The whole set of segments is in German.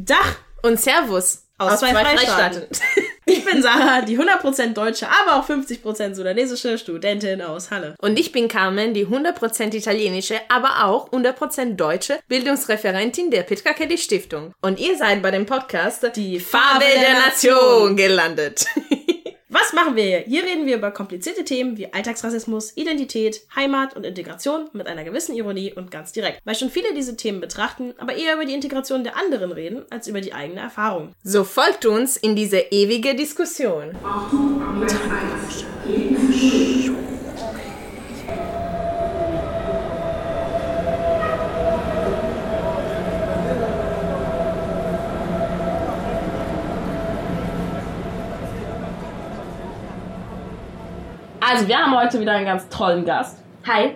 Dach und Servus aus zwei Freistaaten. Ich bin Sarah, die 100% deutsche, aber auch 50% sudanesische Studentin aus Halle. Und ich bin Carmen, die 100% italienische, aber auch 100% deutsche Bildungsreferentin der Petra Kelly Stiftung. Und ihr seid bei dem Podcast Die Farbe der Nation gelandet. Was machen wir hier? Hier reden wir über komplizierte Themen wie Alltagsrassismus, Identität, Heimat und Integration mit einer gewissen Ironie und ganz direkt. Weil schon viele diese Themen betrachten, aber eher über die Integration der anderen reden, als über die eigene Erfahrung. So folgt uns in diese ewige Diskussion. Also, wir haben heute wieder einen ganz tollen Gast. Hi.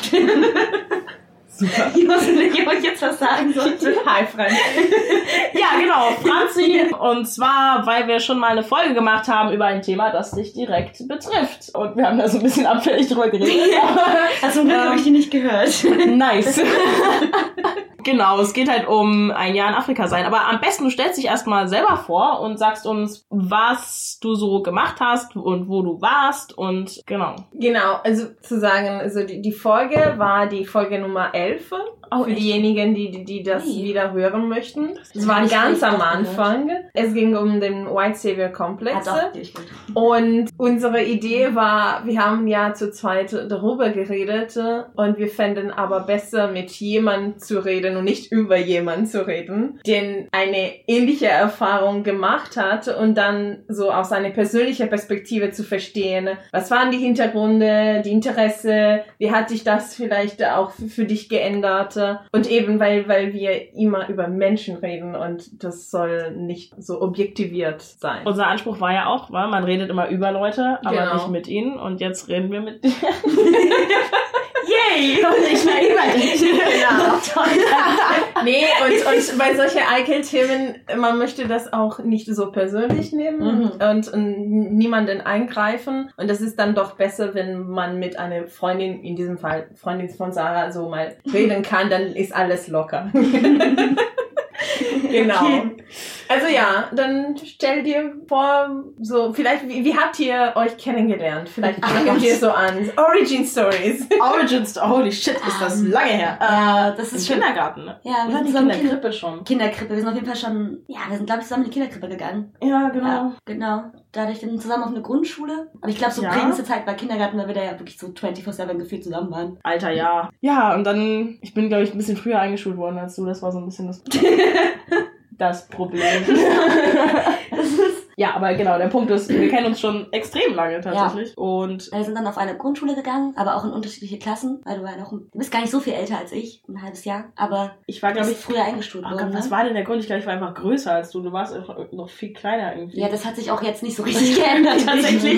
Super. Ich wusste nicht, ob ich jetzt was sagen sollte. Hi, Franzi. Ja, genau, Franzi. Und zwar, weil wir schon mal eine Folge gemacht haben über ein Thema, das dich direkt betrifft. Und wir haben da so ein bisschen abfällig drüber geredet. Also zum Glück habe ich die nicht gehört. Nice. Genau, es geht halt um ein Jahr in Afrika sein. Aber am besten, du stellst dich erstmal selber vor und sagst uns, was du so gemacht hast und wo du warst und genau. Genau, also zu sagen, also die Folge war die Folge Nummer 11. Oh, für diejenigen, die das wieder hören möchten. Das war hab ich ganz nicht am gehört. Anfang. Es ging um den White Savior Komplex. Ah, doch, die hab ich gehört. Und unsere Idee war, wir haben ja zu zweit darüber geredet und wir fänden aber besser, mit jemandem zu reden und nicht über jemanden zu reden, der eine ähnliche Erfahrung gemacht hat und dann so aus einer persönlichen Perspektive zu verstehen, was waren die Hintergründe, die Interesse, wie hat sich das vielleicht auch für dich geändert und eben, weil wir immer über Menschen reden und das soll nicht so objektiviert sein. Unser Anspruch war ja auch, man redet immer über Leute, aber Genau. nicht mit ihnen. Und jetzt reden wir mit dir. Yay! Und ich mal über dich. Genau. Toll. Nee, und bei solchen Eikel-Themen, man möchte das auch nicht so persönlich nehmen und niemanden eingreifen. Und das ist dann doch besser, wenn man mit einer Freundin, in diesem Fall Freundin von Sarah, so mal reden kann, dann ist alles locker. Genau. Okay. Also ja, dann stell dir vor, so vielleicht, wie habt ihr euch kennengelernt? Vielleicht fangen wir so an. Origin Stories. Origin Story. Holy shit, ist das lange her. Ja, das ist Im schon... Kindergarten, ne? Ja, wir Oder sind die zusammen Kinderkrippe schon. Kinderkrippe. Wir sind auf jeden Fall schon... Ja, wir sind, glaube ich, zusammen in die Kinderkrippe gegangen. Ja, genau. Ja, genau. Dadurch dann zusammen auf eine Grundschule. Aber ich glaube, so Ja. prägendste Zeit war Kindergarten, weil wir da ja wirklich so 24/7 gefühlt zusammen waren. Alter, ja. Ja, und dann, ich bin, glaube ich, ein bisschen früher eingeschult worden als du. Das war so ein bisschen das Problem. Das ist... Ja, aber genau, der Punkt ist, wir kennen uns schon extrem lange tatsächlich. Und Wir sind dann auf eine Grundschule gegangen, aber auch in unterschiedliche Klassen, weil du bist gar nicht so viel älter als ich, ein halbes Jahr, aber ich war, du glaube bist ich, früher eingestuft oh worden. Gott, was Ne? war denn der Grund? Ich glaube, ich war einfach größer als du. Du warst noch viel kleiner irgendwie. Ja, das hat sich auch jetzt nicht so richtig geändert, tatsächlich.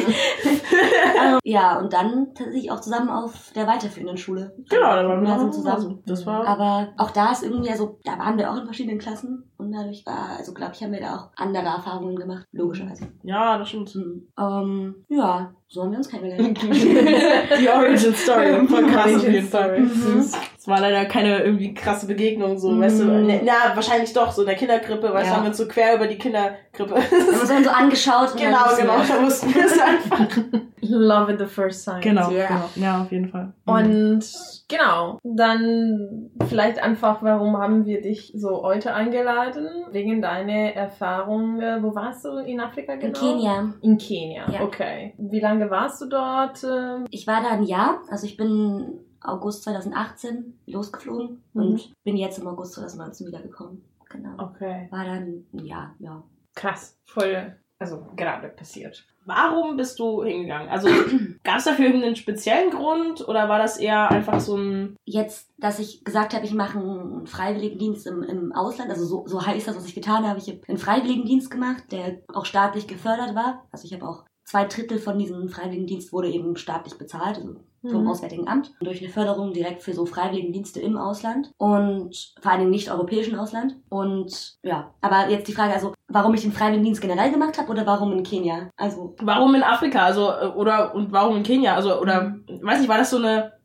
Ja, und dann tatsächlich auch zusammen auf der weiterführenden Schule. Genau, da waren wir Ja, sind noch zusammen. Das war... Aber auch da ist irgendwie, also da waren wir auch in verschiedenen Klassen und dadurch war, also glaube ich, haben wir da auch andere Erfahrungen gemacht, logischerweise. Ja, das stimmt. Ja, so haben wir uns kennengelernt. Die Origin Story. Voll krass auf jeden Fall. Mhm. Es war leider keine irgendwie krasse Begegnung, so, weißt du. Na, wahrscheinlich doch, so in der Kinderkrippe, weißt du, Ja. haben wir uns so quer über die Kinderkrippe. Wir haben uns dann so angeschaut und Genau, dann genau, da wussten wir es einfach. Love at the first sight. Genau, Ja. genau. Ja, auf jeden Fall. Und genau, dann vielleicht einfach, warum haben wir dich so heute eingeladen? Wegen deiner Erfahrung, wo warst du in Afrika in genau? Kenia. In Kenia, Ja. okay. Wie lange warst du dort? Ich war da ein Jahr, also ich bin August 2018 losgeflogen und bin jetzt im August 2019 wiedergekommen. Genau. Okay. War dann ein Jahr, ja. Krass, voll, also gerade passiert. Warum bist du hingegangen? Also, gab es dafür irgendeinen speziellen Grund oder war das eher einfach so ein... Jetzt, dass ich gesagt habe, ich mache einen Freiwilligendienst im Ausland, also so heißt das, was ich getan habe. Ich habe einen Freiwilligendienst gemacht, der auch staatlich gefördert war. Also ich habe auch 2/3 von diesem Freiwilligendienst wurde eben staatlich bezahlt, also vom Auswärtigen Amt. Und durch eine Förderung direkt für so Freiwilligendienste im Ausland und vor allem nicht europäischen Ausland. Und ja, aber jetzt die Frage, also warum ich den Freiwilligendienst generell gemacht habe oder warum in Kenia? Also Warum in Afrika? Also, und warum in Kenia? Also, oder, weiß nicht, war das so eine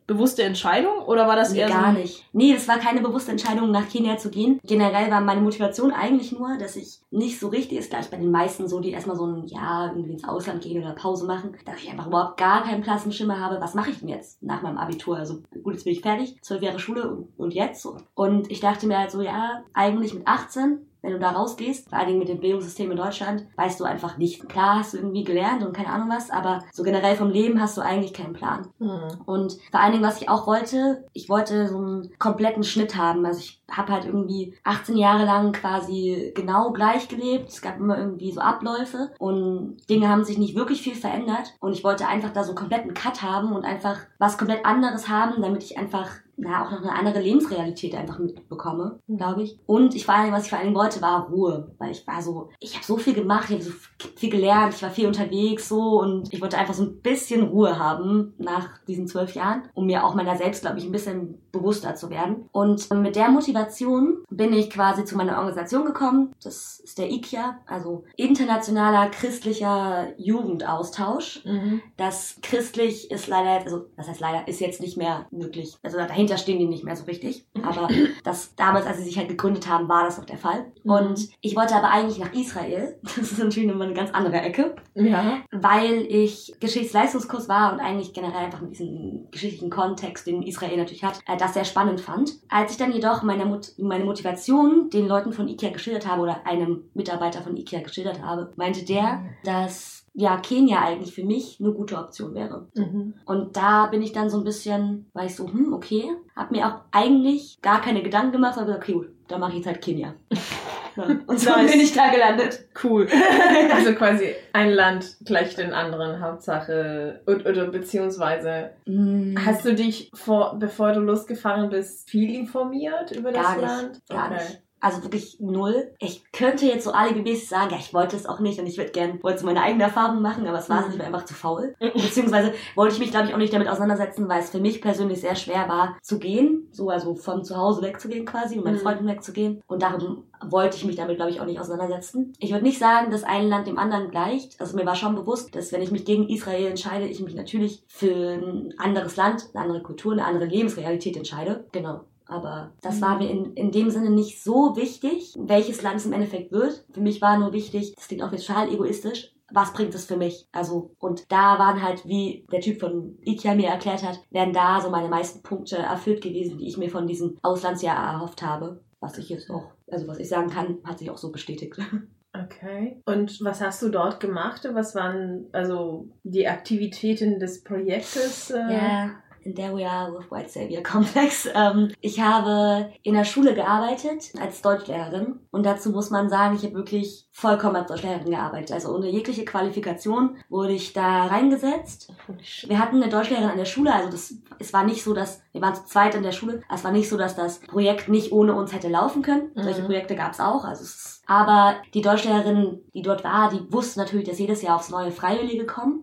bewusste Entscheidung oder war das Nee, eher gar so? nicht. Nee, das war keine bewusste Entscheidung, nach Kenia zu gehen. Generell war meine Motivation eigentlich nur, dass ich nicht so richtig, ist gleich bei den meisten so, die erstmal so ein Jahr irgendwie ins Ausland gehen oder Pause machen, dass ich einfach überhaupt gar keinen blassen Schimmer habe, was mache ich denn jetzt nach meinem Abitur? Also gut, jetzt bin ich fertig, 12 Jahre Schule und jetzt so. Und ich dachte mir halt so, ja, eigentlich mit 18, wenn du da rausgehst, vor allen Dingen mit dem Bildungssystem in Deutschland, weißt du einfach nicht. Klar hast du irgendwie gelernt und keine Ahnung was, aber so generell vom Leben hast du eigentlich keinen Plan. Und vor allen Dingen, was ich auch wollte, ich wollte so einen kompletten Schnitt haben. Also ich habe halt irgendwie 18 Jahre lang quasi genau gleich gelebt. Es gab immer irgendwie so Abläufe und Dinge haben sich nicht wirklich viel verändert. Und ich wollte einfach da so einen kompletten Cut haben und einfach was komplett anderes haben, damit ich einfach auch noch eine andere Lebensrealität einfach mitbekomme, glaube ich. Und was ich vor allem wollte, war Ruhe. Weil ich habe so viel gemacht, ich habe so viel gelernt, ich war viel unterwegs so und ich wollte einfach so ein bisschen Ruhe haben nach diesen 12 Jahren, um mir auch meiner selbst, glaube ich, ein bisschen bewusster zu werden. Und mit der Motivation bin ich quasi zu meiner Organisation gekommen. Das ist der IKIA, also Internationaler Christlicher Jugendaustausch. Das christlich ist leider, also das heißt leider, ist jetzt nicht mehr möglich. Also dahinter stehen die nicht mehr so richtig. Aber das damals, als sie sich halt gegründet haben, war das noch der Fall. Und ich wollte aber eigentlich nach Israel. Das ist natürlich nochmal eine ganz andere Ecke. Ja. Weil ich Geschichtsleistungskurs war und eigentlich generell einfach mit diesem geschichtlichen Kontext, den Israel natürlich hat, das sehr spannend fand. Als ich dann jedoch meine Motivation den Leuten von IKEA geschildert habe oder einem Mitarbeiter von IKEA geschildert habe, meinte der, dass Kenia eigentlich für mich eine gute Option wäre. Und da bin ich dann so ein bisschen, war ich so, okay, hab mir auch eigentlich gar keine Gedanken gemacht, aber gesagt, okay, gut, dann mache ich jetzt halt Kenia. Ja. Und so bin ich da gelandet. Cool. Also quasi ein Land gleich den anderen, Hauptsache, oder beziehungsweise hast du dich bevor du losgefahren bist, viel informiert über das Land? Gar nicht. Also wirklich null. Ich könnte jetzt so alibimäßig sagen, ja, ich wollte es auch nicht und ich wollte meine eigene Erfahrung machen, aber es war nicht mehr einfach zu faul. Beziehungsweise wollte ich mich, glaube ich, auch nicht damit auseinandersetzen, weil es für mich persönlich sehr schwer war, zu gehen. So, also von zu Hause wegzugehen quasi und meinen Freunden wegzugehen. Und darum wollte ich mich damit, glaube ich, auch nicht auseinandersetzen. Ich würde nicht sagen, dass ein Land dem anderen gleicht. Also mir war schon bewusst, dass wenn ich mich gegen Israel entscheide, ich mich natürlich für ein anderes Land, eine andere Kultur, eine andere Lebensrealität entscheide. Genau. Aber das war mir in dem Sinne nicht so wichtig, welches Land es im Endeffekt wird. Für mich war nur wichtig, das klingt auch jetzt total egoistisch, was bringt es für mich? Also, und da waren halt, wie der Typ von IKEA mir erklärt hat, wären da so meine meisten Punkte erfüllt gewesen, die ich mir von diesem Auslandsjahr erhofft habe. Was ich jetzt auch, also was ich sagen kann, hat sich auch so bestätigt. Okay. Und was hast du dort gemacht? Was waren also die Aktivitäten des Projektes? Ja. In there we are with White Savior Complex. Ich habe in der Schule gearbeitet als Deutschlehrerin und dazu muss man sagen, ich habe wirklich vollkommen als Deutschlehrerin gearbeitet. Also ohne jegliche Qualifikation wurde ich da reingesetzt. Wir hatten eine Deutschlehrerin an der Schule, also es war nicht so, dass, wir waren zu zweit in der Schule, es war nicht so, dass das Projekt nicht ohne uns hätte laufen können. Solche Projekte gab es auch, aber die Deutschlehrerin, die dort war, die wusste natürlich, dass jedes Jahr aufs neue Freiwillige kommen.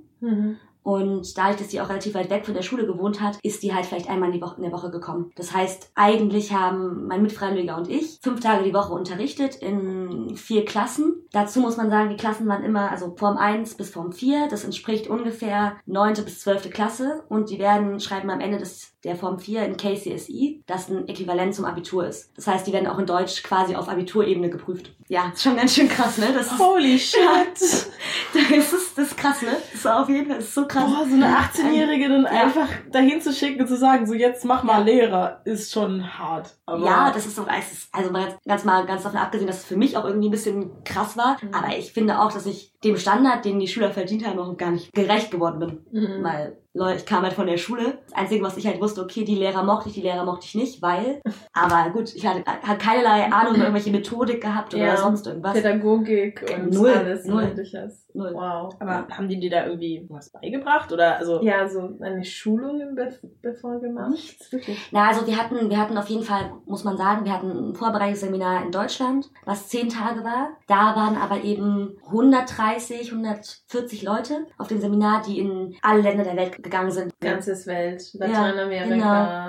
Und dadurch, dass sie auch relativ weit weg von der Schule gewohnt hat, ist die halt vielleicht einmal in der Woche gekommen. Das heißt, eigentlich haben mein Mitfreiwilliger und ich 5 Tage die Woche unterrichtet in 4 Klassen. Dazu muss man sagen, die Klassen waren immer, also Form 1 bis Form 4. Das entspricht ungefähr 9. bis 12. Klasse. Und die schreiben am Ende der Form 4 in KCSE, das ein Äquivalent zum Abitur ist. Das heißt, die werden auch in Deutsch quasi auf Abiturebene geprüft. Ja, ist schon ganz schön krass, ne? Holy shit! Das ist krass, ne? Das ist auf jeden Fall, das ist so krass. Boah, so eine 18-Jährige dann einfach dahin zu schicken und zu sagen, so jetzt mach mal Lehrer, ist schon hart. Aber ja, das ist so, also ganz davon abgesehen, dass es für mich auch irgendwie ein bisschen krass war, aber ich finde auch, dass ich dem Standard, den die Schüler verdient haben, auch gar nicht gerecht geworden bin. Weil, Leute, ich kam halt von der Schule. Das Einzige, was ich halt wusste, okay, die Lehrer mochte ich nicht, weil, aber gut, ich hatte keinerlei Ahnung über irgendwelche Methodik gehabt oder sonst irgendwas. Pädagogik und null, alles. null. Wow. Aber haben die dir da irgendwie was beigebracht? Oder also Ja, so eine Schulung bevor gemacht? nichts, wirklich. Na, also wir hatten auf jeden Fall, muss man sagen, wir hatten ein Vorbereitungsseminar in Deutschland, was 10 Tage war. Da waren aber eben 130, 140 Leute auf dem Seminar, die in alle Länder der Welt gegangen sind. Ganzes Welt, Lateinamerika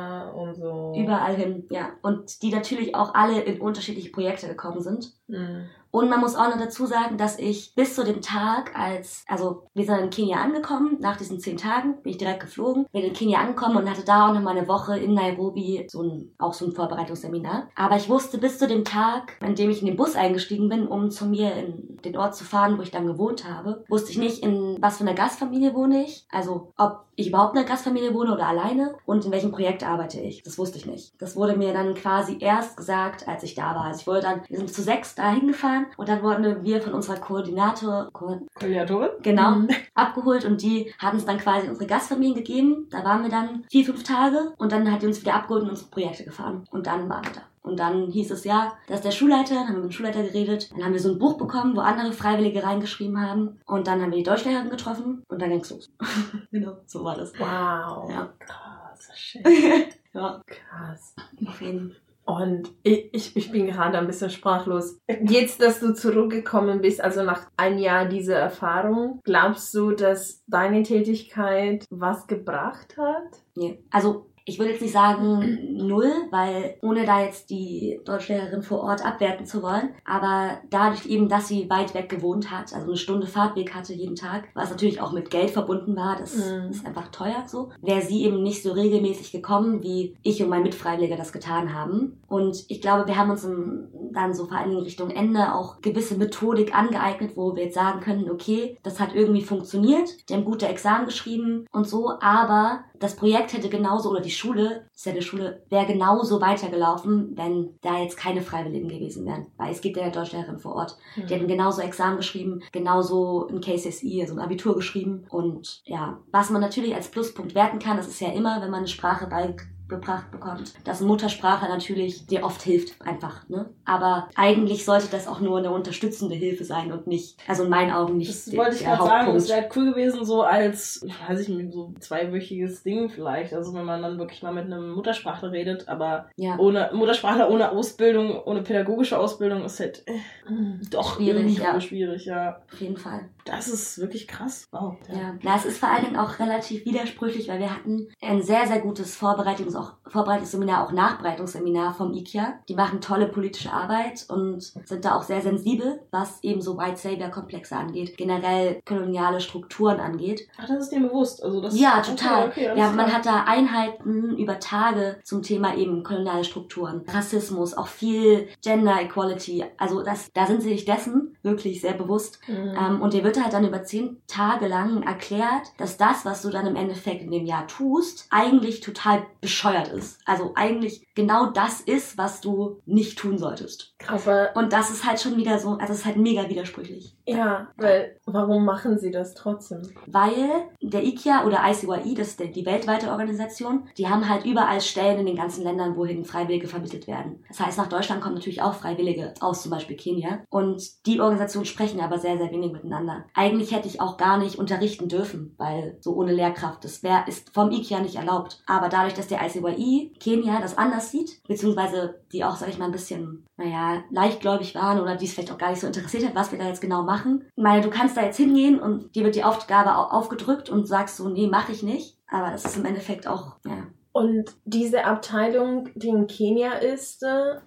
und so. Überall hin, ja. Und die natürlich auch alle in unterschiedliche Projekte gekommen sind. Und man muss auch noch dazu sagen, dass ich bis zu dem Tag, also wir sind in Kenia angekommen, nach diesen 10 Tagen bin ich direkt geflogen, bin in Kenia angekommen und hatte da auch noch mal eine Woche in Nairobi auch so ein Vorbereitungsseminar. Aber ich wusste bis zu dem Tag, an dem ich in den Bus eingestiegen bin, um zu mir in den Ort zu fahren, wo ich dann gewohnt habe, wusste ich nicht, in was für einer Gastfamilie wohne ich, also ob ich überhaupt in einer Gastfamilie wohne oder alleine und in welchem Projekt arbeite ich. Das wusste ich nicht. Das wurde mir dann quasi erst gesagt, als ich da war. Also wir sind zu 6 da hingefahren und dann wurden wir von unserer Koordinatorin? Genau, abgeholt und die hat uns dann quasi unsere Gastfamilien gegeben. Da waren wir dann 4-5 Tage und dann hat die uns wieder abgeholt und unsere Projekte gefahren. Und dann waren wir da. Und dann hieß es ja, dass der Schulleiter, dann haben wir mit dem Schulleiter geredet, dann haben wir so ein Buch bekommen, wo andere Freiwillige reingeschrieben haben und dann haben wir die Deutschlehrerin getroffen und dann ging's los. Genau, so war das. Wow. Ja. Krass, shit. Ja. Krass. Auf jeden Fall. Und ich bin gerade ein bisschen sprachlos. Jetzt, dass du zurückgekommen bist, also nach einem Jahr dieser Erfahrung, glaubst du, dass deine Tätigkeit was gebracht hat? Nee. Also ich würde jetzt nicht sagen 0, weil ohne da jetzt die Deutschlehrerin vor Ort abwerten zu wollen, aber dadurch eben, dass sie weit weg gewohnt hat, also 1 Stunde Fahrtweg hatte jeden Tag, was natürlich auch mit Geld verbunden war, das ist einfach teuer so, wäre sie eben nicht so regelmäßig gekommen, wie ich und mein Mitfreiwilliger das getan haben. Und ich glaube, wir haben uns dann so vor allen Dingen Richtung Ende auch gewisse Methodik angeeignet, wo wir jetzt sagen können, okay, das hat irgendwie funktioniert, die haben gute Examen geschrieben und so, aber das Projekt hätte genauso, oder die Schule, ist ja eine Schule, wäre genauso weitergelaufen, wenn da jetzt keine Freiwilligen gewesen wären. Weil es gibt ja eine Deutschlehrerin vor Ort. Die hätten genauso Examen geschrieben, genauso ein KCSE, also ein Abitur geschrieben. Und ja, was man natürlich als Pluspunkt werten kann, das ist ja immer, wenn man eine Sprache beigebracht bekommt, dass eine Muttersprache natürlich dir oft hilft, einfach, ne? Aber eigentlich sollte das auch nur eine unterstützende Hilfe sein und nicht, also in meinen Augen nicht das wollte ich gerade sagen, es wäre cool gewesen, so als, weiß ich nicht, so 2-wöchiges Ding vielleicht, also wenn man dann wirklich mal mit einem Muttersprachler redet, aber ohne Muttersprachler, ohne Ausbildung, ohne pädagogische Ausbildung ist halt doch schwierig, schwierig, ja. Auf jeden Fall. Das ist wirklich krass. Wow. Ja. Na, es ist vor allen Dingen auch relativ widersprüchlich, weil wir hatten ein sehr, sehr gutes Vorbereitungsseminar, auch Nachbereitungsseminar vom IKEA. Die machen tolle politische Arbeit und sind da auch sehr sensibel, was eben so White Savior-Komplexe angeht, generell koloniale Strukturen angeht. Ach, das ist dir bewusst? Also das ja, total. Okay, ja, man hat da Einheiten über Tage zum Thema eben koloniale Strukturen, Rassismus, auch viel Gender Equality. Also da sind sie sich dessen wirklich sehr bewusst. Und dir wird halt dann über 10 Tage lang erklärt, dass das, was du dann im Endeffekt in dem Jahr tust, eigentlich total bescheuert ist. Also eigentlich genau das ist, was du nicht tun solltest. Aber und das ist halt schon wieder so, also es ist halt mega widersprüchlich. Ja, weil warum machen sie das trotzdem? Weil der IKEA oder ICYE, das ist die weltweite Organisation, die haben halt überall Stellen in den ganzen Ländern, wohin Freiwillige vermittelt werden. Das heißt, nach Deutschland kommen natürlich auch Freiwillige aus zum Beispiel Kenia. Und die Organisationen sprechen aber sehr, sehr wenig miteinander. Eigentlich hätte ich auch gar nicht unterrichten dürfen, weil so ohne Lehrkraft, ist vom IKEA nicht erlaubt. Aber dadurch, dass der ICYE Kenia das anders sieht, beziehungsweise die auch, sag ich mal, ein bisschen, leichtgläubig waren oder die es vielleicht auch gar nicht so interessiert hat, was wir da jetzt genau machen. Ich meine, du kannst da jetzt hingehen und dir wird die Aufgabe aufgedrückt und sagst so, nee, mach ich nicht. Aber das ist im Endeffekt auch, ja. Und diese Abteilung, die in Kenia ist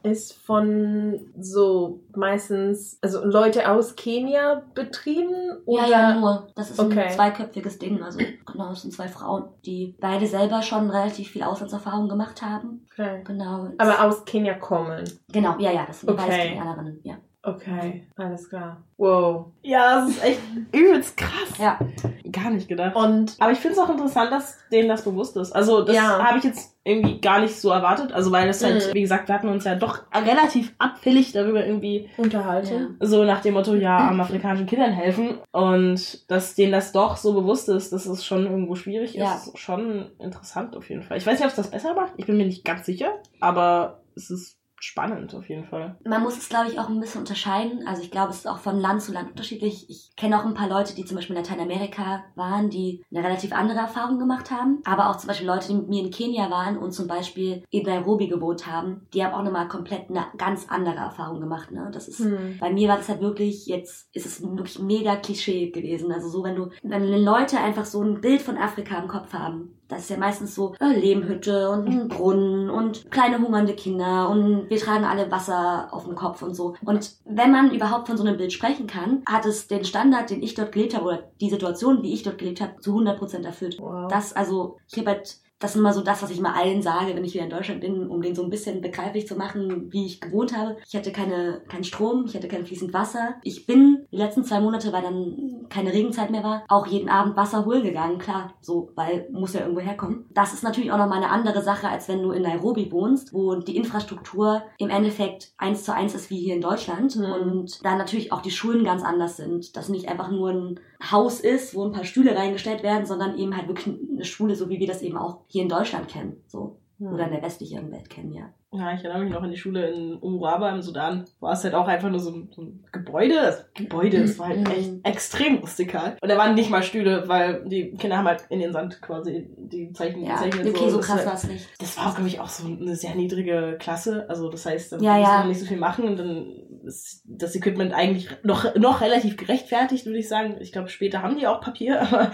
von so meistens, also Leute aus Kenia betrieben? Oder? Ja, nur. Das ist ein 2-köpfiges Ding. Also genau, es sind 2 Frauen, die beide selber schon relativ viel Auslandserfahrung gemacht haben. Okay. Genau. Aber aus Kenia kommen? Genau, ja, das sind beides Kenianerinnen, ja. Okay, alles klar. Wow. Ja, das ist echt übelst krass. Ja. Gar nicht gedacht. Aber ich finde es auch interessant, dass denen das bewusst ist. Also das habe ich jetzt irgendwie gar nicht so erwartet. Also weil es halt, wie gesagt, wir hatten uns ja doch relativ abfällig darüber irgendwie unterhalten. Ja. So nach dem Motto, am afrikanischen Kindern helfen. Und dass denen das doch so bewusst ist, dass es schon irgendwo schwierig ist, schon interessant auf jeden Fall. Ich weiß nicht, ob es das besser macht. Ich bin mir nicht ganz sicher. Aber es ist spannend auf jeden Fall. Man muss es, glaube ich, auch ein bisschen unterscheiden. Also ich glaube, es ist auch von Land zu Land unterschiedlich. Ich kenne auch ein paar Leute, die zum Beispiel in Lateinamerika waren, die eine relativ andere Erfahrung gemacht haben. Aber auch zum Beispiel Leute, die mit mir in Kenia waren und zum Beispiel in Nairobi gewohnt haben, die haben auch nochmal komplett eine ganz andere Erfahrung gemacht. Ne? Das ist, bei mir war das halt wirklich, jetzt ist es wirklich mega Klischee gewesen. Also so, wenn Leute einfach so ein Bild von Afrika im Kopf haben, das ist ja meistens so Lehmhütte und ein Brunnen und kleine hungernde Kinder und wir tragen alle Wasser auf dem Kopf und so. Und wenn man überhaupt von so einem Bild sprechen kann, hat es den Standard, den ich dort gelebt habe, oder die Situation, die ich dort gelebt habe, zu 100% erfüllt. Wow. Ich habe halt, das ist immer so das, was ich mal allen sage, wenn ich wieder in Deutschland bin, um denen so ein bisschen begreiflich zu machen, wie ich gewohnt habe. Ich hatte keinen Strom, ich hatte kein fließend Wasser. Ich bin die letzten 2 Monate, weil dann keine Regenzeit mehr war, auch jeden Abend Wasser holen gegangen, klar, so, weil muss ja irgendwo herkommen. Das ist natürlich auch nochmal eine andere Sache, als wenn du in Nairobi wohnst, wo die Infrastruktur im Endeffekt 1:1 ist wie hier in Deutschland und da natürlich auch die Schulen ganz anders sind. Das nicht einfach nur ein Haus ist, wo ein paar Stühle reingestellt werden, sondern eben halt wirklich eine Schule, so wie wir das eben auch hier in Deutschland kennen, so. Oder in der westlicheren Welt kennen, ja. Ja, ich erinnere mich noch an die Schule in Umuraba im Sudan. War es halt auch einfach nur so ein Gebäude. Das war halt echt extrem rustikal. Und da waren nicht mal Stühle, weil die Kinder haben halt in den Sand quasi die Zeichen gezeichnet. Okay, so krass war es nicht. Das war, glaube ich, auch so eine sehr niedrige Klasse. Also das heißt, da muss man nicht so viel machen und dann ist das Equipment eigentlich noch relativ gerechtfertigt, würde ich sagen. Ich glaube, später haben die auch Papier, aber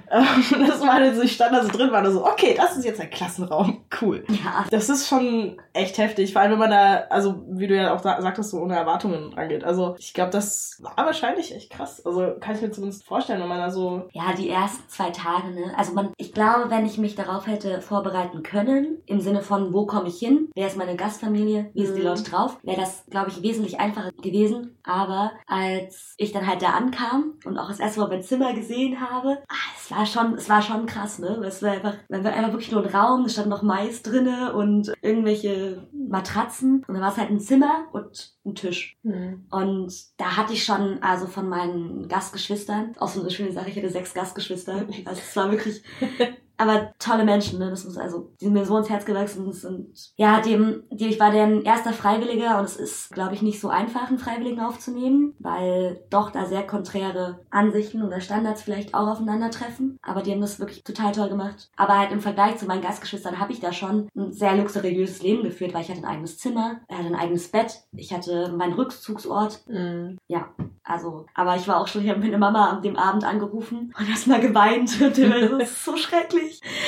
das war halt so, ich stand da so drin, war da so, okay, das ist jetzt ein Klassenraum. Cool. Ja. Das ist schon echt heftig, vor allem wenn man da, also wie du ja auch sagtest, so ohne Erwartungen rangeht. Also ich glaube, das war wahrscheinlich echt krass. Also kann ich mir zumindest vorstellen, wenn man da so... Ja, die ersten 2 Tage, ne? Also ich glaube, wenn ich mich darauf hätte vorbereiten können, im Sinne von, wo komme ich hin, wer ist meine Gastfamilie, wie sind die Leute drauf, wäre das, glaube ich, wesentlich einfacher gewesen. Aber als ich dann halt da ankam und auch das erste Mal mein Zimmer gesehen habe, es war schon krass, ne? Es war einfach wirklich nur ein Raum, da stand noch Mais drinne und irgendwelche Matratzen und dann war es halt ein Zimmer und ein Tisch. Und da hatte ich schon, also von meinen Gastgeschwistern, auch so eine schöne Sache, ich hatte 6 Gastgeschwister, also es war wirklich... Aber tolle Menschen, ne? Die sind mir so ins Herz gewachsen und ja, ich war deren erster Freiwilliger und es ist, glaube ich, nicht so einfach, einen Freiwilligen aufzunehmen, weil doch da sehr konträre Ansichten oder Standards vielleicht auch aufeinandertreffen. Aber die haben das wirklich total toll gemacht. Aber halt im Vergleich zu meinen Gastgeschwistern habe ich da schon ein sehr luxuriöses Leben geführt, weil ich hatte ein eigenes Zimmer, ich hatte ein eigenes Bett, ich hatte meinen Rückzugsort. Ja, also, aber ich habe meine Mama an dem Abend angerufen und erstmal geweint. Und das ist so schrecklich.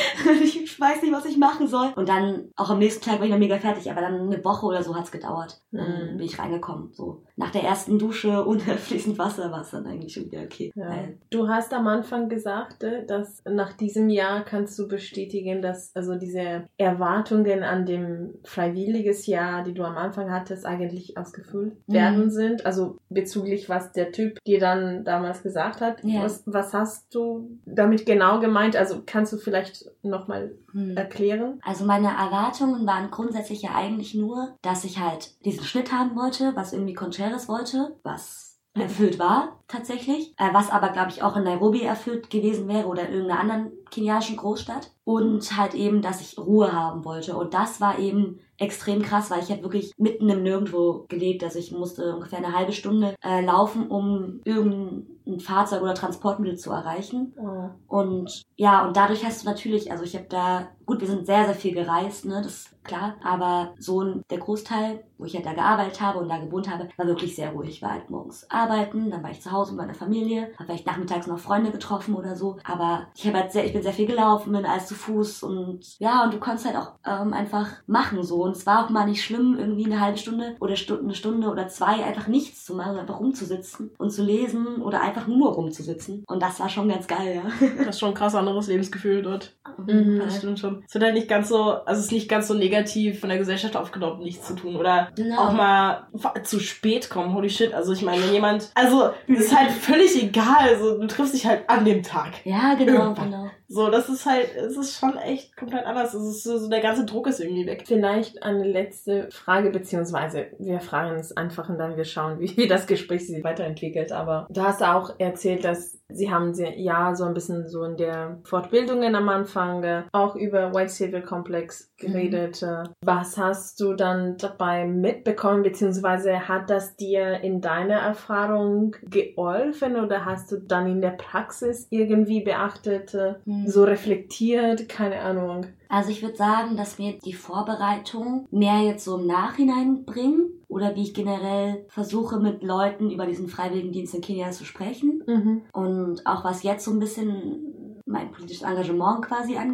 Ich weiß nicht, was ich machen soll. Und dann, auch am nächsten Tag war ich noch mega fertig, aber dann eine Woche oder so hat's gedauert. Dann bin ich reingekommen. So, nach der ersten Dusche ohne fließend Wasser war es dann eigentlich schon wieder okay. Ja. Du hast am Anfang gesagt, dass nach diesem Jahr kannst du bestätigen, dass also diese Erwartungen an dem freiwilliges Jahr, die du am Anfang hattest, eigentlich ausgefüllt werden sind. Also bezüglich, was der Typ dir dann damals gesagt hat. Ja. Was hast du damit genau gemeint? Also kannst du vielleicht nochmal erklären? Also meine Erwartungen waren grundsätzlich ja eigentlich nur, dass ich halt diesen Schnitt haben wollte, was irgendwie Contreras wollte, was erfüllt war tatsächlich, was aber, glaube ich, auch in Nairobi erfüllt gewesen wäre oder in irgendeiner anderen kenianischen Großstadt. Und halt eben, dass ich Ruhe haben wollte. Und das war eben extrem krass, weil ich habe wirklich mitten im Nirgendwo gelebt. Also ich musste ungefähr eine halbe Stunde laufen, um irgendein Fahrzeug oder Transportmittel zu erreichen. Oh. Und ja, und dadurch hast du natürlich, also ich habe da, gut, wir sind sehr, sehr viel gereist, ne, das ist klar, aber so der Großteil, wo ich halt da gearbeitet habe und da gewohnt habe, war wirklich sehr ruhig. Ich war halt morgens arbeiten, dann war ich zu Hause mit meiner Familie, habe vielleicht nachmittags noch Freunde getroffen oder so, aber ich bin sehr viel gelaufen, bin alles zu Fuß und ja, und du konntest halt auch einfach machen so. Und es war auch mal nicht schlimm, irgendwie eine halbe Stunde oder eine Stunde oder 2 einfach nichts zu machen, einfach rumzusitzen und zu lesen oder einfach nur rumzusitzen. Und das war schon ganz geil, ja. Das ist schon ein krass anderes Lebensgefühl dort. Das stimmt schon. Es wird halt nicht ganz so, also es ist nicht ganz so negativ von der Gesellschaft aufgenommen, nichts zu tun oder auch mal zu spät kommen. Holy shit. Also ich meine, wenn jemand, also ist halt völlig egal. Also du triffst dich halt an dem Tag. Ja, genau, genau. So, das ist halt, es ist schon echt komplett anders. Es ist so, der ganze Druck ist irgendwie weg. Vielleicht eine letzte Frage, beziehungsweise wir fragen es einfach und dann wir schauen, wie das Gespräch sich weiterentwickelt. Aber du hast auch erzählt, dass Sie haben ja so ein bisschen so in der Fortbildungen am Anfang auch über White Savior Complex geredet. Was hast du dann dabei mitbekommen, beziehungsweise hat das dir in deiner Erfahrung geholfen oder hast du dann in der Praxis irgendwie beachtet, so reflektiert, keine Ahnung? Also ich würde sagen, dass mir die Vorbereitung mehr jetzt so im Nachhinein bringt oder wie ich generell versuche, mit Leuten über diesen Freiwilligendienst in Kenia zu sprechen. Und auch was jetzt so ein bisschen mein politisches Engagement quasi angeht.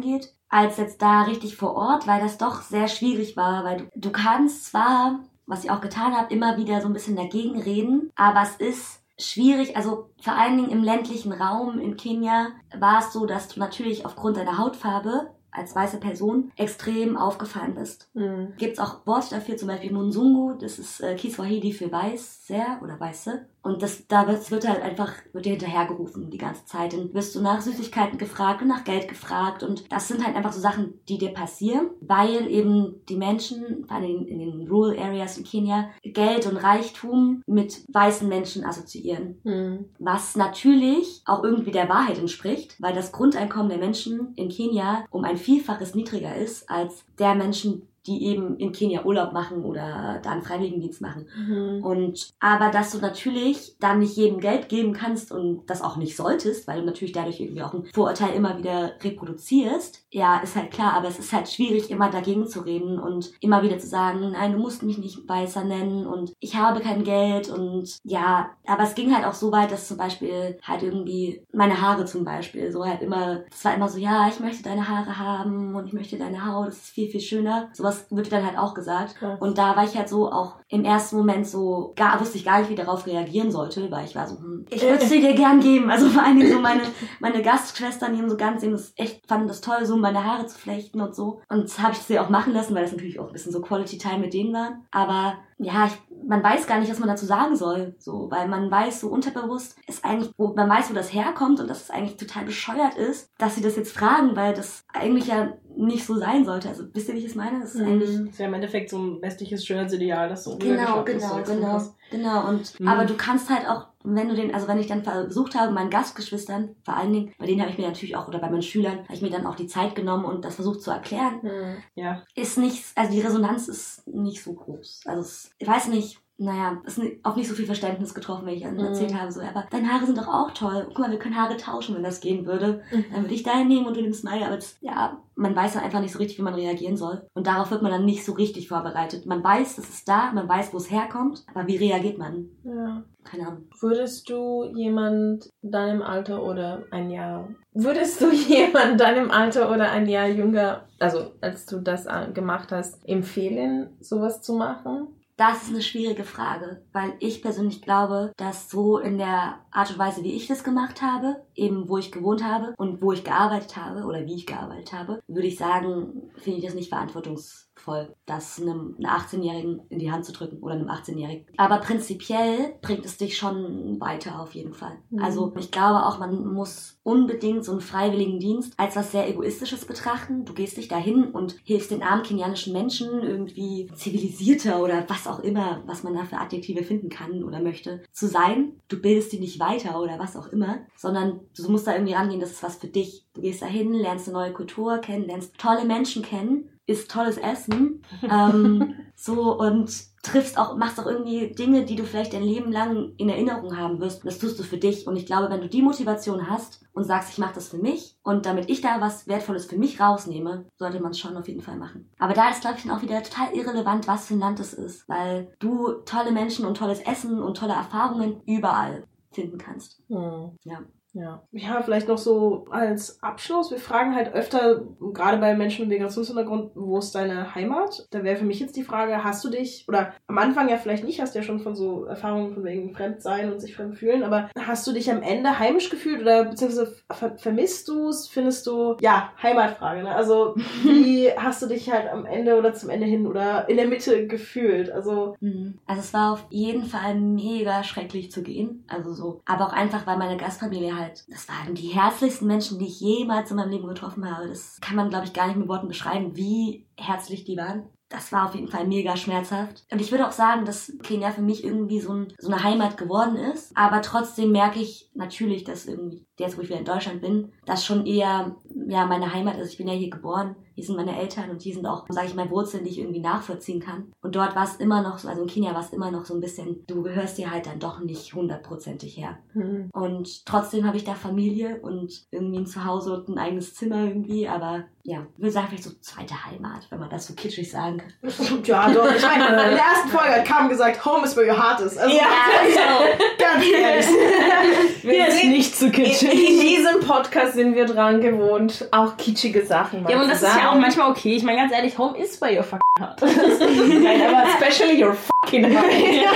als jetzt da richtig vor Ort, weil das doch sehr schwierig war, weil du kannst zwar, was ich auch getan habe, immer wieder so ein bisschen dagegen reden, aber es ist schwierig, also vor allen Dingen im ländlichen Raum in Kenia war es so, dass du natürlich aufgrund deiner Hautfarbe als weiße Person extrem aufgefallen bist. Gibt's auch Worte dafür, zum Beispiel Munzungu, das ist Kiswahili für weiß, sehr oder weiße. Und wird halt einfach, wird dir hinterhergerufen die ganze Zeit. Dann wirst du nach Süßigkeiten gefragt und nach Geld gefragt. Und das sind halt einfach so Sachen, die dir passieren, weil eben die Menschen, vor allem in den Rural Areas in Kenia, Geld und Reichtum mit weißen Menschen assoziieren. Was natürlich auch irgendwie der Wahrheit entspricht, weil das Grundeinkommen der Menschen in Kenia um ein Vielfaches niedriger ist als der Menschen, die eben in Kenia Urlaub machen oder da einen Freiwilligendienst machen. Aber dass du natürlich dann nicht jedem Geld geben kannst und das auch nicht solltest, weil du natürlich dadurch irgendwie auch ein Vorurteil immer wieder reproduzierst, ja, ist halt klar, aber es ist halt schwierig, immer dagegen zu reden und immer wieder zu sagen, nein, du musst mich nicht Weißer nennen und ich habe kein Geld und ja, aber es ging halt auch so weit, dass zum Beispiel halt irgendwie meine Haare zum Beispiel so halt immer, das war immer so, ja, ich möchte deine Haare haben und ich möchte deine Haut, das ist viel, viel schöner. Sowas wird dann halt auch gesagt. Krass. Und da war ich halt so auch im ersten Moment so, wusste ich gar nicht, wie darauf reagieren sollte, weil ich war so, ich würde sie dir gern geben. Also vor allen Dingen so meine Gastschwestern, die so ganz fanden das toll, so meine Haare zu flechten und so. Und das habe ich sie auch machen lassen, weil das natürlich auch ein bisschen so Quality Time mit denen war. Aber ja, man weiß gar nicht, was man dazu sagen soll, so, weil man weiß, so unterbewusst ist eigentlich, man weiß, wo das herkommt und dass es eigentlich total bescheuert ist, dass sie das jetzt fragen, weil das eigentlich ja nicht so sein sollte. Also, wisst ihr, wie ich es meine? Das ist eigentlich... Das ist ja im Endeffekt so ein westliches Schönheitsideal, das so Genau. Und, aber du kannst halt auch, wenn ich dann versucht habe, meinen Gastgeschwistern, vor allen Dingen, bei denen habe ich mir natürlich auch, oder bei meinen Schülern, habe ich mir dann auch die Zeit genommen und das versucht zu erklären. Ist nicht, also die Resonanz ist nicht so groß. Also, ich weiß nicht, ist auf nicht so viel Verständnis getroffen, wenn ich erzählt habe, so, aber deine Haare sind doch auch toll. Guck mal, wir können Haare tauschen, wenn das gehen würde. Dann würde ich deine nehmen und du nimmst meine. Aber man weiß dann einfach nicht so richtig, wie man reagieren soll. Und darauf wird man dann nicht so richtig vorbereitet. Man weiß, es ist da, man weiß, wo es herkommt, aber wie reagiert man? Ja. Keine Ahnung. Würdest du jemand deinem Alter oder ein Jahr jünger, also als du das gemacht hast, empfehlen, sowas zu machen? Das ist eine schwierige Frage, weil ich persönlich glaube, dass so in der Art und Weise, wie ich das gemacht habe, eben wo ich gewohnt habe und wo ich gearbeitet habe oder wie ich gearbeitet habe, würde ich sagen, finde ich das nicht verantwortungsvoll, das einem 18-Jährigen in die Hand zu drücken oder einem 18-Jährigen. Aber prinzipiell bringt es dich schon weiter auf jeden Fall. Also ich glaube auch, man muss unbedingt so einen Freiwilligendienst als was sehr Egoistisches betrachten. Du gehst nicht dahin und hilfst den armen kenianischen Menschen irgendwie zivilisierter oder was auch immer, was man da für Adjektive finden kann oder möchte, zu sein. Du bildest die nicht weiter oder was auch immer, sondern du musst da irgendwie rangehen, das ist was für dich. Du gehst dahin, lernst eine neue Kultur kennen, lernst tolle Menschen kennen, isst tolles Essen, und machst auch irgendwie Dinge, die du vielleicht dein Leben lang in Erinnerung haben wirst. Das tust du für dich. Und ich glaube, wenn du die Motivation hast und sagst, ich mache das für mich und damit ich da was Wertvolles für mich rausnehme, sollte man es schon auf jeden Fall machen. Aber da ist, glaube ich, dann auch wieder total irrelevant, was für ein Land es ist, weil du tolle Menschen und tolles Essen und tolle Erfahrungen überall finden kannst. Ja, vielleicht noch so als Abschluss. Wir fragen halt öfter, gerade bei Menschen mit Migrationshintergrund, wo ist deine Heimat? Da wäre für mich jetzt die Frage, hast du dich, oder am Anfang ja vielleicht nicht, hast du ja schon von so Erfahrungen von wegen Fremdsein und sich fremd fühlen, aber hast du dich am Ende heimisch gefühlt oder beziehungsweise vermisst du es? Findest du, Heimatfrage, ne? Also wie hast du dich halt am Ende oder zum Ende hin oder in der Mitte gefühlt? Also es war auf jeden Fall mega schrecklich zu gehen. Also so, aber auch einfach, weil meine Gastfamilie halt, das waren die herzlichsten Menschen, die ich jemals in meinem Leben getroffen habe. Das kann man, glaube ich, gar nicht mit Worten beschreiben, wie herzlich die waren. Das war auf jeden Fall mega schmerzhaft. Und ich würde auch sagen, dass Kenia für mich irgendwie so eine Heimat geworden ist. Aber trotzdem merke ich natürlich, dass irgendwie, jetzt wo ich wieder in Deutschland bin, das schon eher meine Heimat ist. Ich bin ja hier geboren. Hier sind meine Eltern und hier sind auch, sage ich mal, Wurzeln, die ich irgendwie nachvollziehen kann. Und dort war es immer noch so, also in Kenia war es immer noch so ein bisschen, du gehörst dir halt dann doch nicht 100%ig her. Und trotzdem habe ich da Familie und irgendwie ein Zuhause und ein eigenes Zimmer irgendwie, aber ja, ich würde sagen, vielleicht so zweite Heimat, wenn man das so kitschig sagen kann. Ja, doch. Ich meine, in der ersten Folge hat Cam gesagt, Home is where your heart is. Also, ja, ganz ehrlich. Wir nicht zu kitschig. In diesem Podcast sind wir dran gewohnt, auch kitschige Sachen mal Ja, und zu das sagen. ist ja auch manchmal okay. Ich meine, ganz ehrlich, home is where your fucking heart. Nein, aber especially your fucking heart.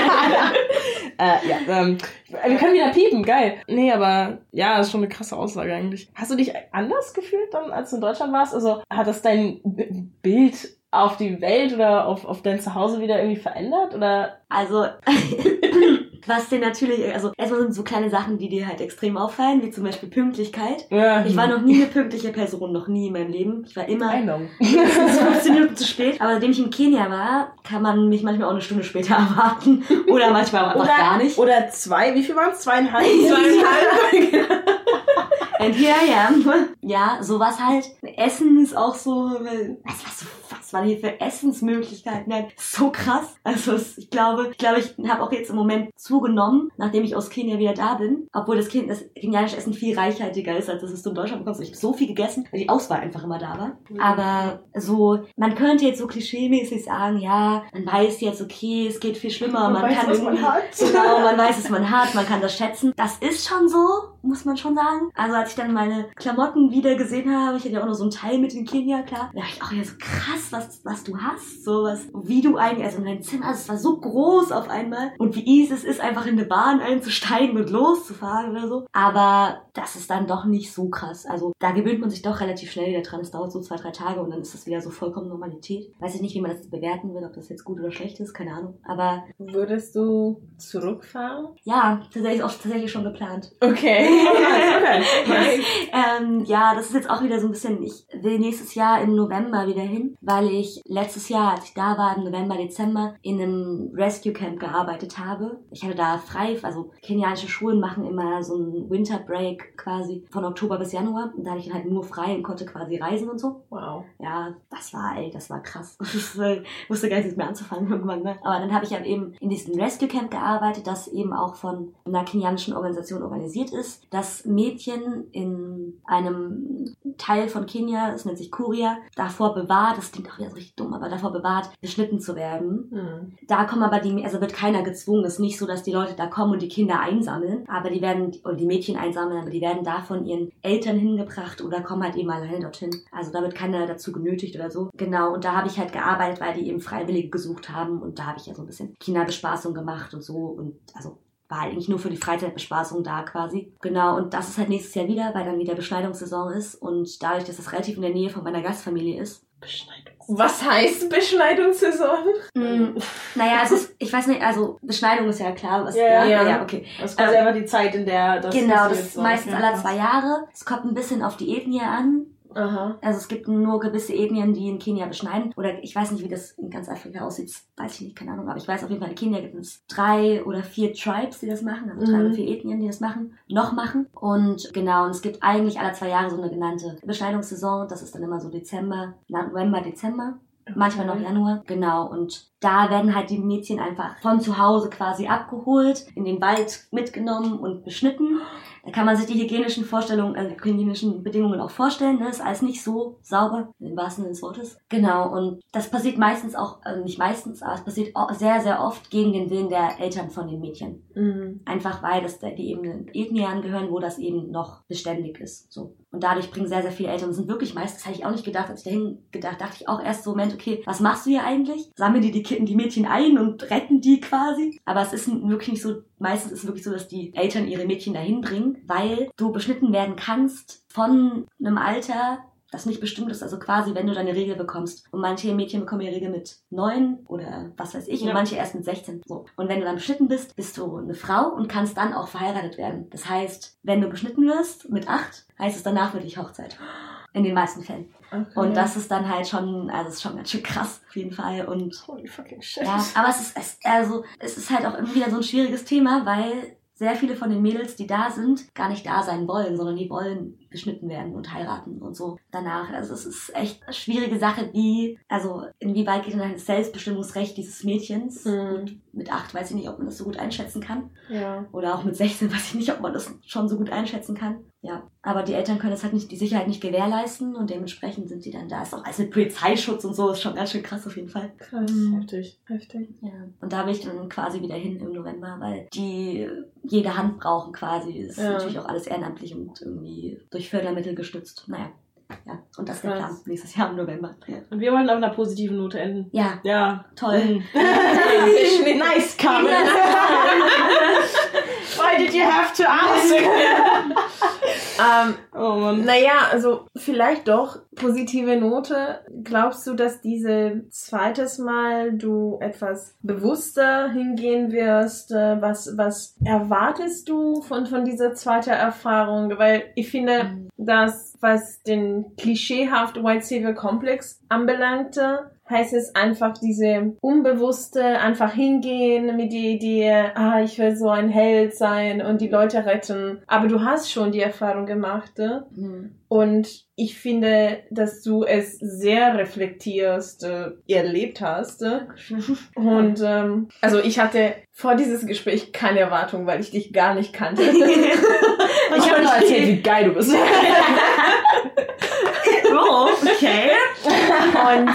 Wir können wieder piepen, geil. Nee, aber ja, das ist schon eine krasse Aussage eigentlich. Hast du dich anders gefühlt dann, als du in Deutschland warst? Also hat das dein Bild auf die Welt oder auf dein Zuhause wieder irgendwie verändert? Oder? Also, was dir natürlich, also erstmal sind so kleine Sachen, die dir halt extrem auffallen, wie zum Beispiel Pünktlichkeit. Ja. Ich war noch nie eine pünktliche Person, noch nie in meinem Leben. Ich war immer Meinung. mindestens 15 Minuten zu spät. Aber seitdem ich in Kenia war, kann man mich manchmal auch eine Stunde später erwarten. Oder manchmal einfach gar nicht. Oder 2, wie viel waren es? 2,5? 2,5. And here I am. Ja, sowas halt. Essen ist auch so, was waren hier für Essensmöglichkeiten? Ja, so krass. Also ich glaube, ich habe auch jetzt im Moment zugenommen, nachdem ich aus Kenia wieder da bin. Obwohl das kenianische Essen viel reichhaltiger ist, als das was du in Deutschland bekommst. Ich habe so viel gegessen, weil die Auswahl einfach immer da war. Aber so, man könnte jetzt so klischeemäßig sagen, ja, man weiß jetzt, okay, es geht viel schlimmer. Man weiß, kann was man hat. Genau, man weiß, was man hat, man kann das schätzen. Das ist schon so, muss man schon sagen. Also als ich dann meine Klamotten wieder gesehen habe, ich hatte ja auch noch so ein Teil mit in Kenia, klar, da dachte ich auch ja so krass, was du hast, so was, wie du eigentlich, also in deinem Zimmer, also es war so groß auf einmal und wie easy es ist, einfach in eine Bahn einzusteigen und loszufahren oder so. Aber das ist dann doch nicht so krass. Also da gewöhnt man sich doch relativ schnell wieder dran. Es dauert so 2-3 Tage und dann ist das wieder so vollkommen Normalität. Weiß ich nicht, wie man das jetzt bewerten will, ob das jetzt gut oder schlecht ist, keine Ahnung. Aber Würdest du zurückfahren? ja, tatsächlich schon geplant. Okay. Ja, das ist jetzt auch wieder so ein bisschen, ich will nächstes Jahr im November wieder hin, weil ich letztes Jahr, als ich da war, im November, Dezember, in einem Rescue Camp gearbeitet habe. Ich hatte da frei, also kenianische Schulen machen immer so einen Winter Break quasi von Oktober bis Januar und da hatte ich dann halt nur frei und konnte quasi reisen und so. Wow. Ja, das war krass. Ich wusste gar nicht mehr anzufangen irgendwann, ne? Aber dann habe ich halt eben in diesem Rescue Camp gearbeitet, das eben auch von einer kenianischen Organisation organisiert ist, das Mädchen in einem Teil von Kenia, das nennt sich Kuria, davor bewahrt, das klingt auch wieder so richtig dumm, aber davor bewahrt, beschnitten zu werden. Da kommen aber also wird keiner gezwungen. Es ist nicht so, dass die Leute da kommen und die Kinder einsammeln, aber oder die Mädchen einsammeln, aber die werden da von ihren Eltern hingebracht oder kommen halt eben alleine dorthin. Also da wird keiner dazu genötigt oder so. Genau, und da habe ich halt gearbeitet, weil die eben Freiwillige gesucht haben und da habe ich ja so ein bisschen Kinderbespaßung gemacht und so und also war eigentlich nur für die Freizeitbespaßung da quasi. Genau, und das ist halt nächstes Jahr wieder, weil dann wieder Beschneidungssaison ist und dadurch, dass das relativ in der Nähe von meiner Gastfamilie ist. Was heißt Beschneidungssaison? Naja, also ich weiß nicht, also Beschneidung ist ja klar. Ja, okay. Das ist quasi einfach die Zeit, in der das genau, passiert, das ist so. meistens alle 2 Jahre. Es kommt ein bisschen auf die Ethnie an. Aha. Also es gibt nur gewisse Ethnien, die in Kenia beschneiden. Oder ich weiß nicht, wie das in ganz Afrika aussieht. Weiß ich nicht, keine Ahnung. Aber ich weiß auf jeden Fall, in Kenia gibt es 3 oder 4 Tribes, die das machen. Also 3 oder 4 Ethnien, die das machen. Und genau, und es gibt eigentlich alle 2 Jahre so eine genannte Beschneidungssaison. Das ist dann immer so November, Dezember. Manchmal noch Januar, genau. Und da werden halt die Mädchen einfach von zu Hause quasi abgeholt, in den Wald mitgenommen und beschnitten. Da kann man sich die hygienischen Bedingungen auch vorstellen. Ne? Ist alles nicht so sauber, im wahrsten Sinne des Wortes. Genau, und das passiert meistens auch, also nicht meistens, aber es passiert auch sehr, sehr oft gegen den Willen der Eltern von den Mädchen. Einfach weil die eben eine Ethnie angehören, wo das eben noch beständig ist. So. Und dadurch bringen sehr, sehr viele Eltern, sind wirklich meistens, hätte ich auch nicht gedacht, als ich dahin gedacht, dachte ich auch erst so, Moment, okay, was machst du hier eigentlich? Sammeln die Mädchen ein und retten die quasi? Aber es ist wirklich nicht so, meistens ist es wirklich so, dass die Eltern ihre Mädchen dahin bringen, weil du beschnitten werden kannst von einem Alter, das nicht bestimmt ist, also quasi, wenn du deine Regel bekommst. Und manche Mädchen bekommen ihre Regel mit 9 oder was weiß ich, und manche erst mit 16. So. Und wenn du dann beschnitten bist, bist du eine Frau und kannst dann auch verheiratet werden. Das heißt, wenn du beschnitten wirst mit 8, heißt es danach wirklich Hochzeit. In den meisten Fällen. Okay. Und das ist dann halt schon, also es ist schon ganz schön krass, auf jeden Fall. Und holy fucking shit. Ja, aber es ist halt auch irgendwie wieder so ein schwieriges Thema, weil sehr viele von den Mädels, die da sind, gar nicht da sein wollen, sondern die wollen beschnitten werden und heiraten und so danach. Also es ist echt eine schwierige Sache, inwieweit geht denn das Selbstbestimmungsrecht dieses Mädchens und mit 8 weiß ich nicht, ob man das so gut einschätzen kann. Ja. Oder auch mit 16 weiß ich nicht, ob man das schon so gut einschätzen kann. Ja, aber die Eltern können das halt nicht, die Sicherheit nicht gewährleisten und dementsprechend sind die dann da. Ist auch alles mit Polizeischutz und so, ist schon ganz schön krass auf jeden Fall. Krass. Heftig. Ja, und da will ich dann quasi wieder hin im November, weil die jede Hand brauchen quasi. Ist natürlich auch alles ehrenamtlich und irgendwie durch Fördermittel gestützt. Naja. Ja, und das ist der Plan nächstes Jahr im November. Ja. Und wir wollen auf einer positiven Note enden. Ja. Ja. Toll. Nice, Carmen. Why did you have to ask? Oh Mann. Naja, also vielleicht doch positive Note. Glaubst du, dass zweites Mal du etwas bewusster hingehen wirst? Was erwartest du von dieser zweiten Erfahrung? Weil ich finde, dass was den klischeehaft White Savior Komplex anbelangte, heißt es einfach diese unbewusste, einfach hingehen mit der Idee, ich will so ein Held sein und die Leute retten. Aber du hast schon die Erfahrung gemacht. Und ich finde, dass du es sehr reflektierst, erlebt hast. Und also ich hatte vor dieses Gespräch keine Erwartung, weil ich dich gar nicht kannte. Ich habe nur erzählt, wie geil du bist. Oh, okay. Und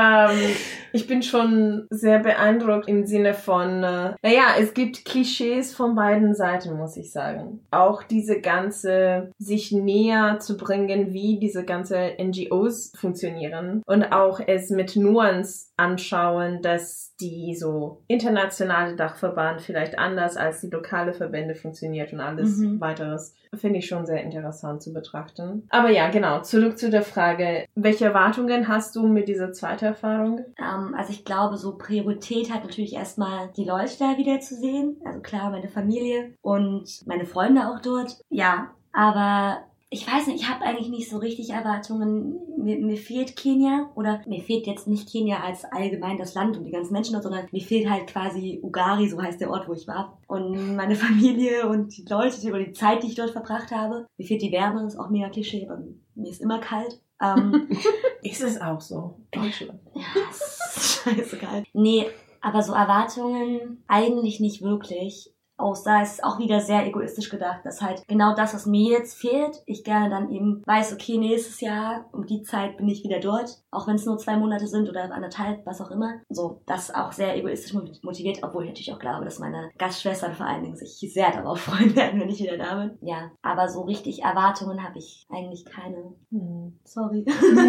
ich bin schon sehr beeindruckt im Sinne von, es gibt Klischees von beiden Seiten, muss ich sagen. Auch diese ganze, sich näher zu bringen, wie diese ganze NGOs funktionieren und auch es mit Nuance anschauen, dass die so internationale Dachverband vielleicht anders als die lokale Verbände funktioniert und alles weiteres. Finde ich schon sehr interessant zu betrachten. Aber ja, genau, zurück zu der Frage, welche Erwartungen hast du mit dieser zweiten Erfahrung? Also ich glaube, so Priorität hat natürlich erstmal die Leute da wieder zu sehen. Also klar, meine Familie und meine Freunde auch dort. Ja, aber ich weiß nicht, ich habe eigentlich nicht so richtig Erwartungen. Mir fehlt Kenia, oder mir fehlt jetzt nicht Kenia als allgemein das Land und die ganzen Menschen dort, sondern mir fehlt halt quasi Ugari, so heißt der Ort, wo ich war. Und meine Familie und die Leute, oder die Zeit, die ich dort verbracht habe. Mir fehlt die Wärme, das ist auch mega Klischee, aber mir ist immer kalt. Ist es auch so? Deutschland. Ja, ist scheißegal. Nee, aber so Erwartungen eigentlich nicht wirklich. Da ist auch wieder sehr egoistisch gedacht, dass halt genau das, was mir jetzt fehlt, ich gerne dann eben weiß, okay, nächstes Jahr um die Zeit bin ich wieder dort, auch wenn es nur 2 Monate sind oder 1,5, was auch immer. So, das auch sehr egoistisch motiviert, obwohl ich natürlich auch glaube, dass meine Gastschwestern vor allen Dingen sich sehr darauf freuen werden, wenn ich wieder da bin. Ja, aber so richtig Erwartungen habe ich eigentlich keine. Sorry.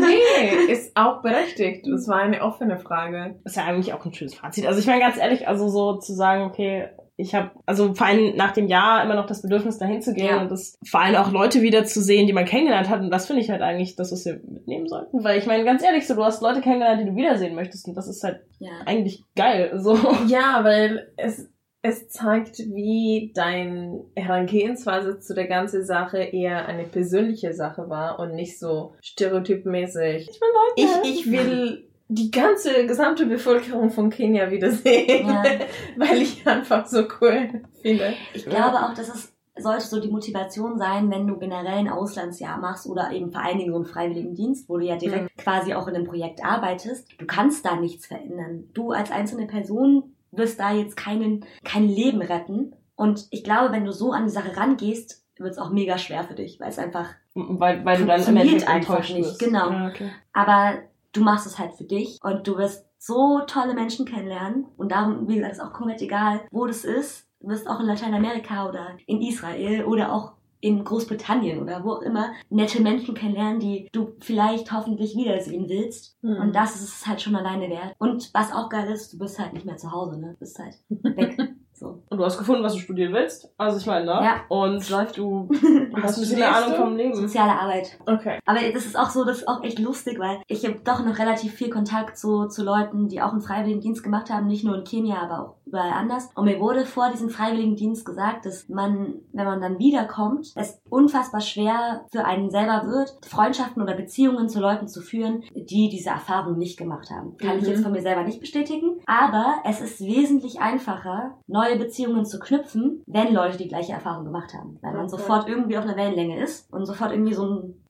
Nee, ist auch berechtigt. Es war eine offene Frage. Das ist ja eigentlich auch ein schönes Fazit. Also ich meine ganz ehrlich, also so zu sagen, okay, ich habe also vor allem nach dem Jahr immer noch das Bedürfnis, dahin zu gehen und das vor allem auch Leute wieder zu sehen, die man kennengelernt hat. Und das finde ich halt eigentlich das, was wir mitnehmen sollten. Weil ich meine, ganz ehrlich, so du hast Leute kennengelernt, die du wiedersehen möchtest. Und das ist halt eigentlich geil. So. Ja, weil es zeigt, wie dein Herangehensweise zu der ganzen Sache eher eine persönliche Sache war und nicht so stereotypmäßig. Ich will die gesamte Bevölkerung von Kenia wiedersehen, weil ich einfach so cool finde. Ich glaube auch, dass es sollte so die Motivation sein, wenn du generell ein Auslandsjahr machst oder eben vor allen Dingen so einen Freiwilligendienst, wo du ja direkt quasi auch in einem Projekt arbeitest. Du kannst da nichts verändern. Du als einzelne Person wirst da jetzt kein Leben retten. Und ich glaube, wenn du so an die Sache rangehst, wird es auch mega schwer für dich, weil es einfach weil du dann im Endeffekt enttäuscht wirst. Genau. Ja, okay. Aber du machst es halt für dich und du wirst so tolle Menschen kennenlernen und darum, wie gesagt, ist auch komplett egal, wo das ist. Du wirst auch in Lateinamerika oder in Israel oder auch in Großbritannien oder wo auch immer nette Menschen kennenlernen, die du vielleicht hoffentlich wiedersehen willst. Und das ist es halt schon alleine wert. Und was auch geil ist, du bist halt nicht mehr zu Hause, ne? Du bist halt weg. So. Und du hast gefunden, was du studieren willst. Also ich meine, ne? Ja. Und läuft. Du hast ein bisschen eine Ahnung vom Leben. Soziale Arbeit. Okay. Aber das ist auch so, das ist auch echt lustig, weil ich habe doch noch relativ viel Kontakt zu Leuten, die auch einen Freiwilligendienst gemacht haben, nicht nur in Kenia, aber auch überall anders. Und mir wurde vor diesem Freiwilligendienst gesagt, dass man, wenn man dann wiederkommt, es unfassbar schwer für einen selber wird, Freundschaften oder Beziehungen zu Leuten zu führen, die diese Erfahrung nicht gemacht haben. Kann ich jetzt von mir selber nicht bestätigen, aber es ist wesentlich einfacher, neue Beziehungen zu knüpfen, wenn Leute die gleiche Erfahrung gemacht haben. Weil man sofort irgendwie auf einer Wellenlänge ist und sofort irgendwie so ein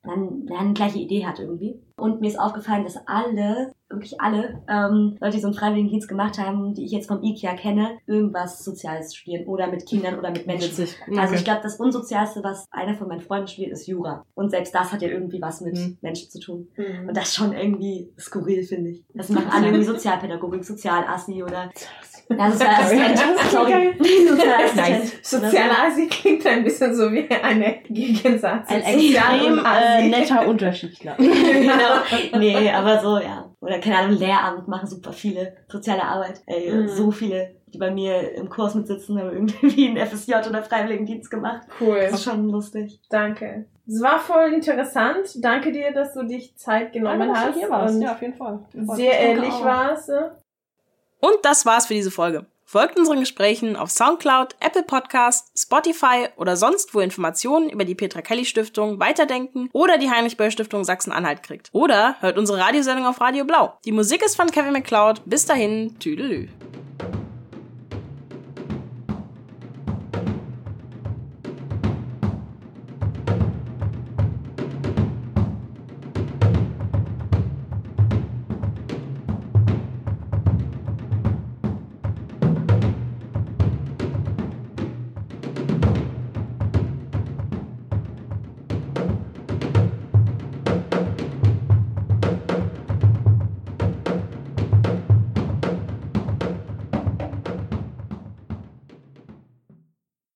eine gleiche Idee hat irgendwie. Und mir ist aufgefallen, dass wirklich alle Leute, die so einen Freiwilligendienst gemacht haben, die ich jetzt vom IKEA kenne, irgendwas Soziales studieren oder mit Kindern oder mit Menschen. Witzig. Also ich glaube, das Unsozialste, was einer von meinen Freunden studiert, ist Jura. Und selbst das hat ja irgendwie was mit Menschen zu tun. Und das ist schon irgendwie skurril, finde ich. Das machen alle irgendwie Sozialpädagogik, Sozialassi oder... Ja, Sozialassistent. Sorry. Nice. Sozialassi klingt ein bisschen so wie eine Gegensatz. Ein extrem netter Unterschied, glaube ich. Genau. Nee, aber so, ja. Oder keine Ahnung, Lehramt machen super viele. Soziale Arbeit. So viele, die bei mir im Kurs mitsitzen, haben irgendwie einen FSJ oder Freiwilligendienst gemacht. Cool. Das ist schon lustig. Danke. Es war voll interessant. Danke dir, dass du dich Zeit genommen hast. Hier war's. Und Ja, auf jeden Fall. sehr ehrlich warst. Und das war's für diese Folge. Folgt unseren Gesprächen auf Soundcloud, Apple Podcasts, Spotify oder sonst wo Informationen über die Petra Kelly Stiftung, Weiterdenken oder die Heinrich Böll Stiftung Sachsen-Anhalt kriegt. Oder hört unsere Radiosendung auf Radio Blau. Die Musik ist von Kevin MacLeod. Bis dahin, tüdelü.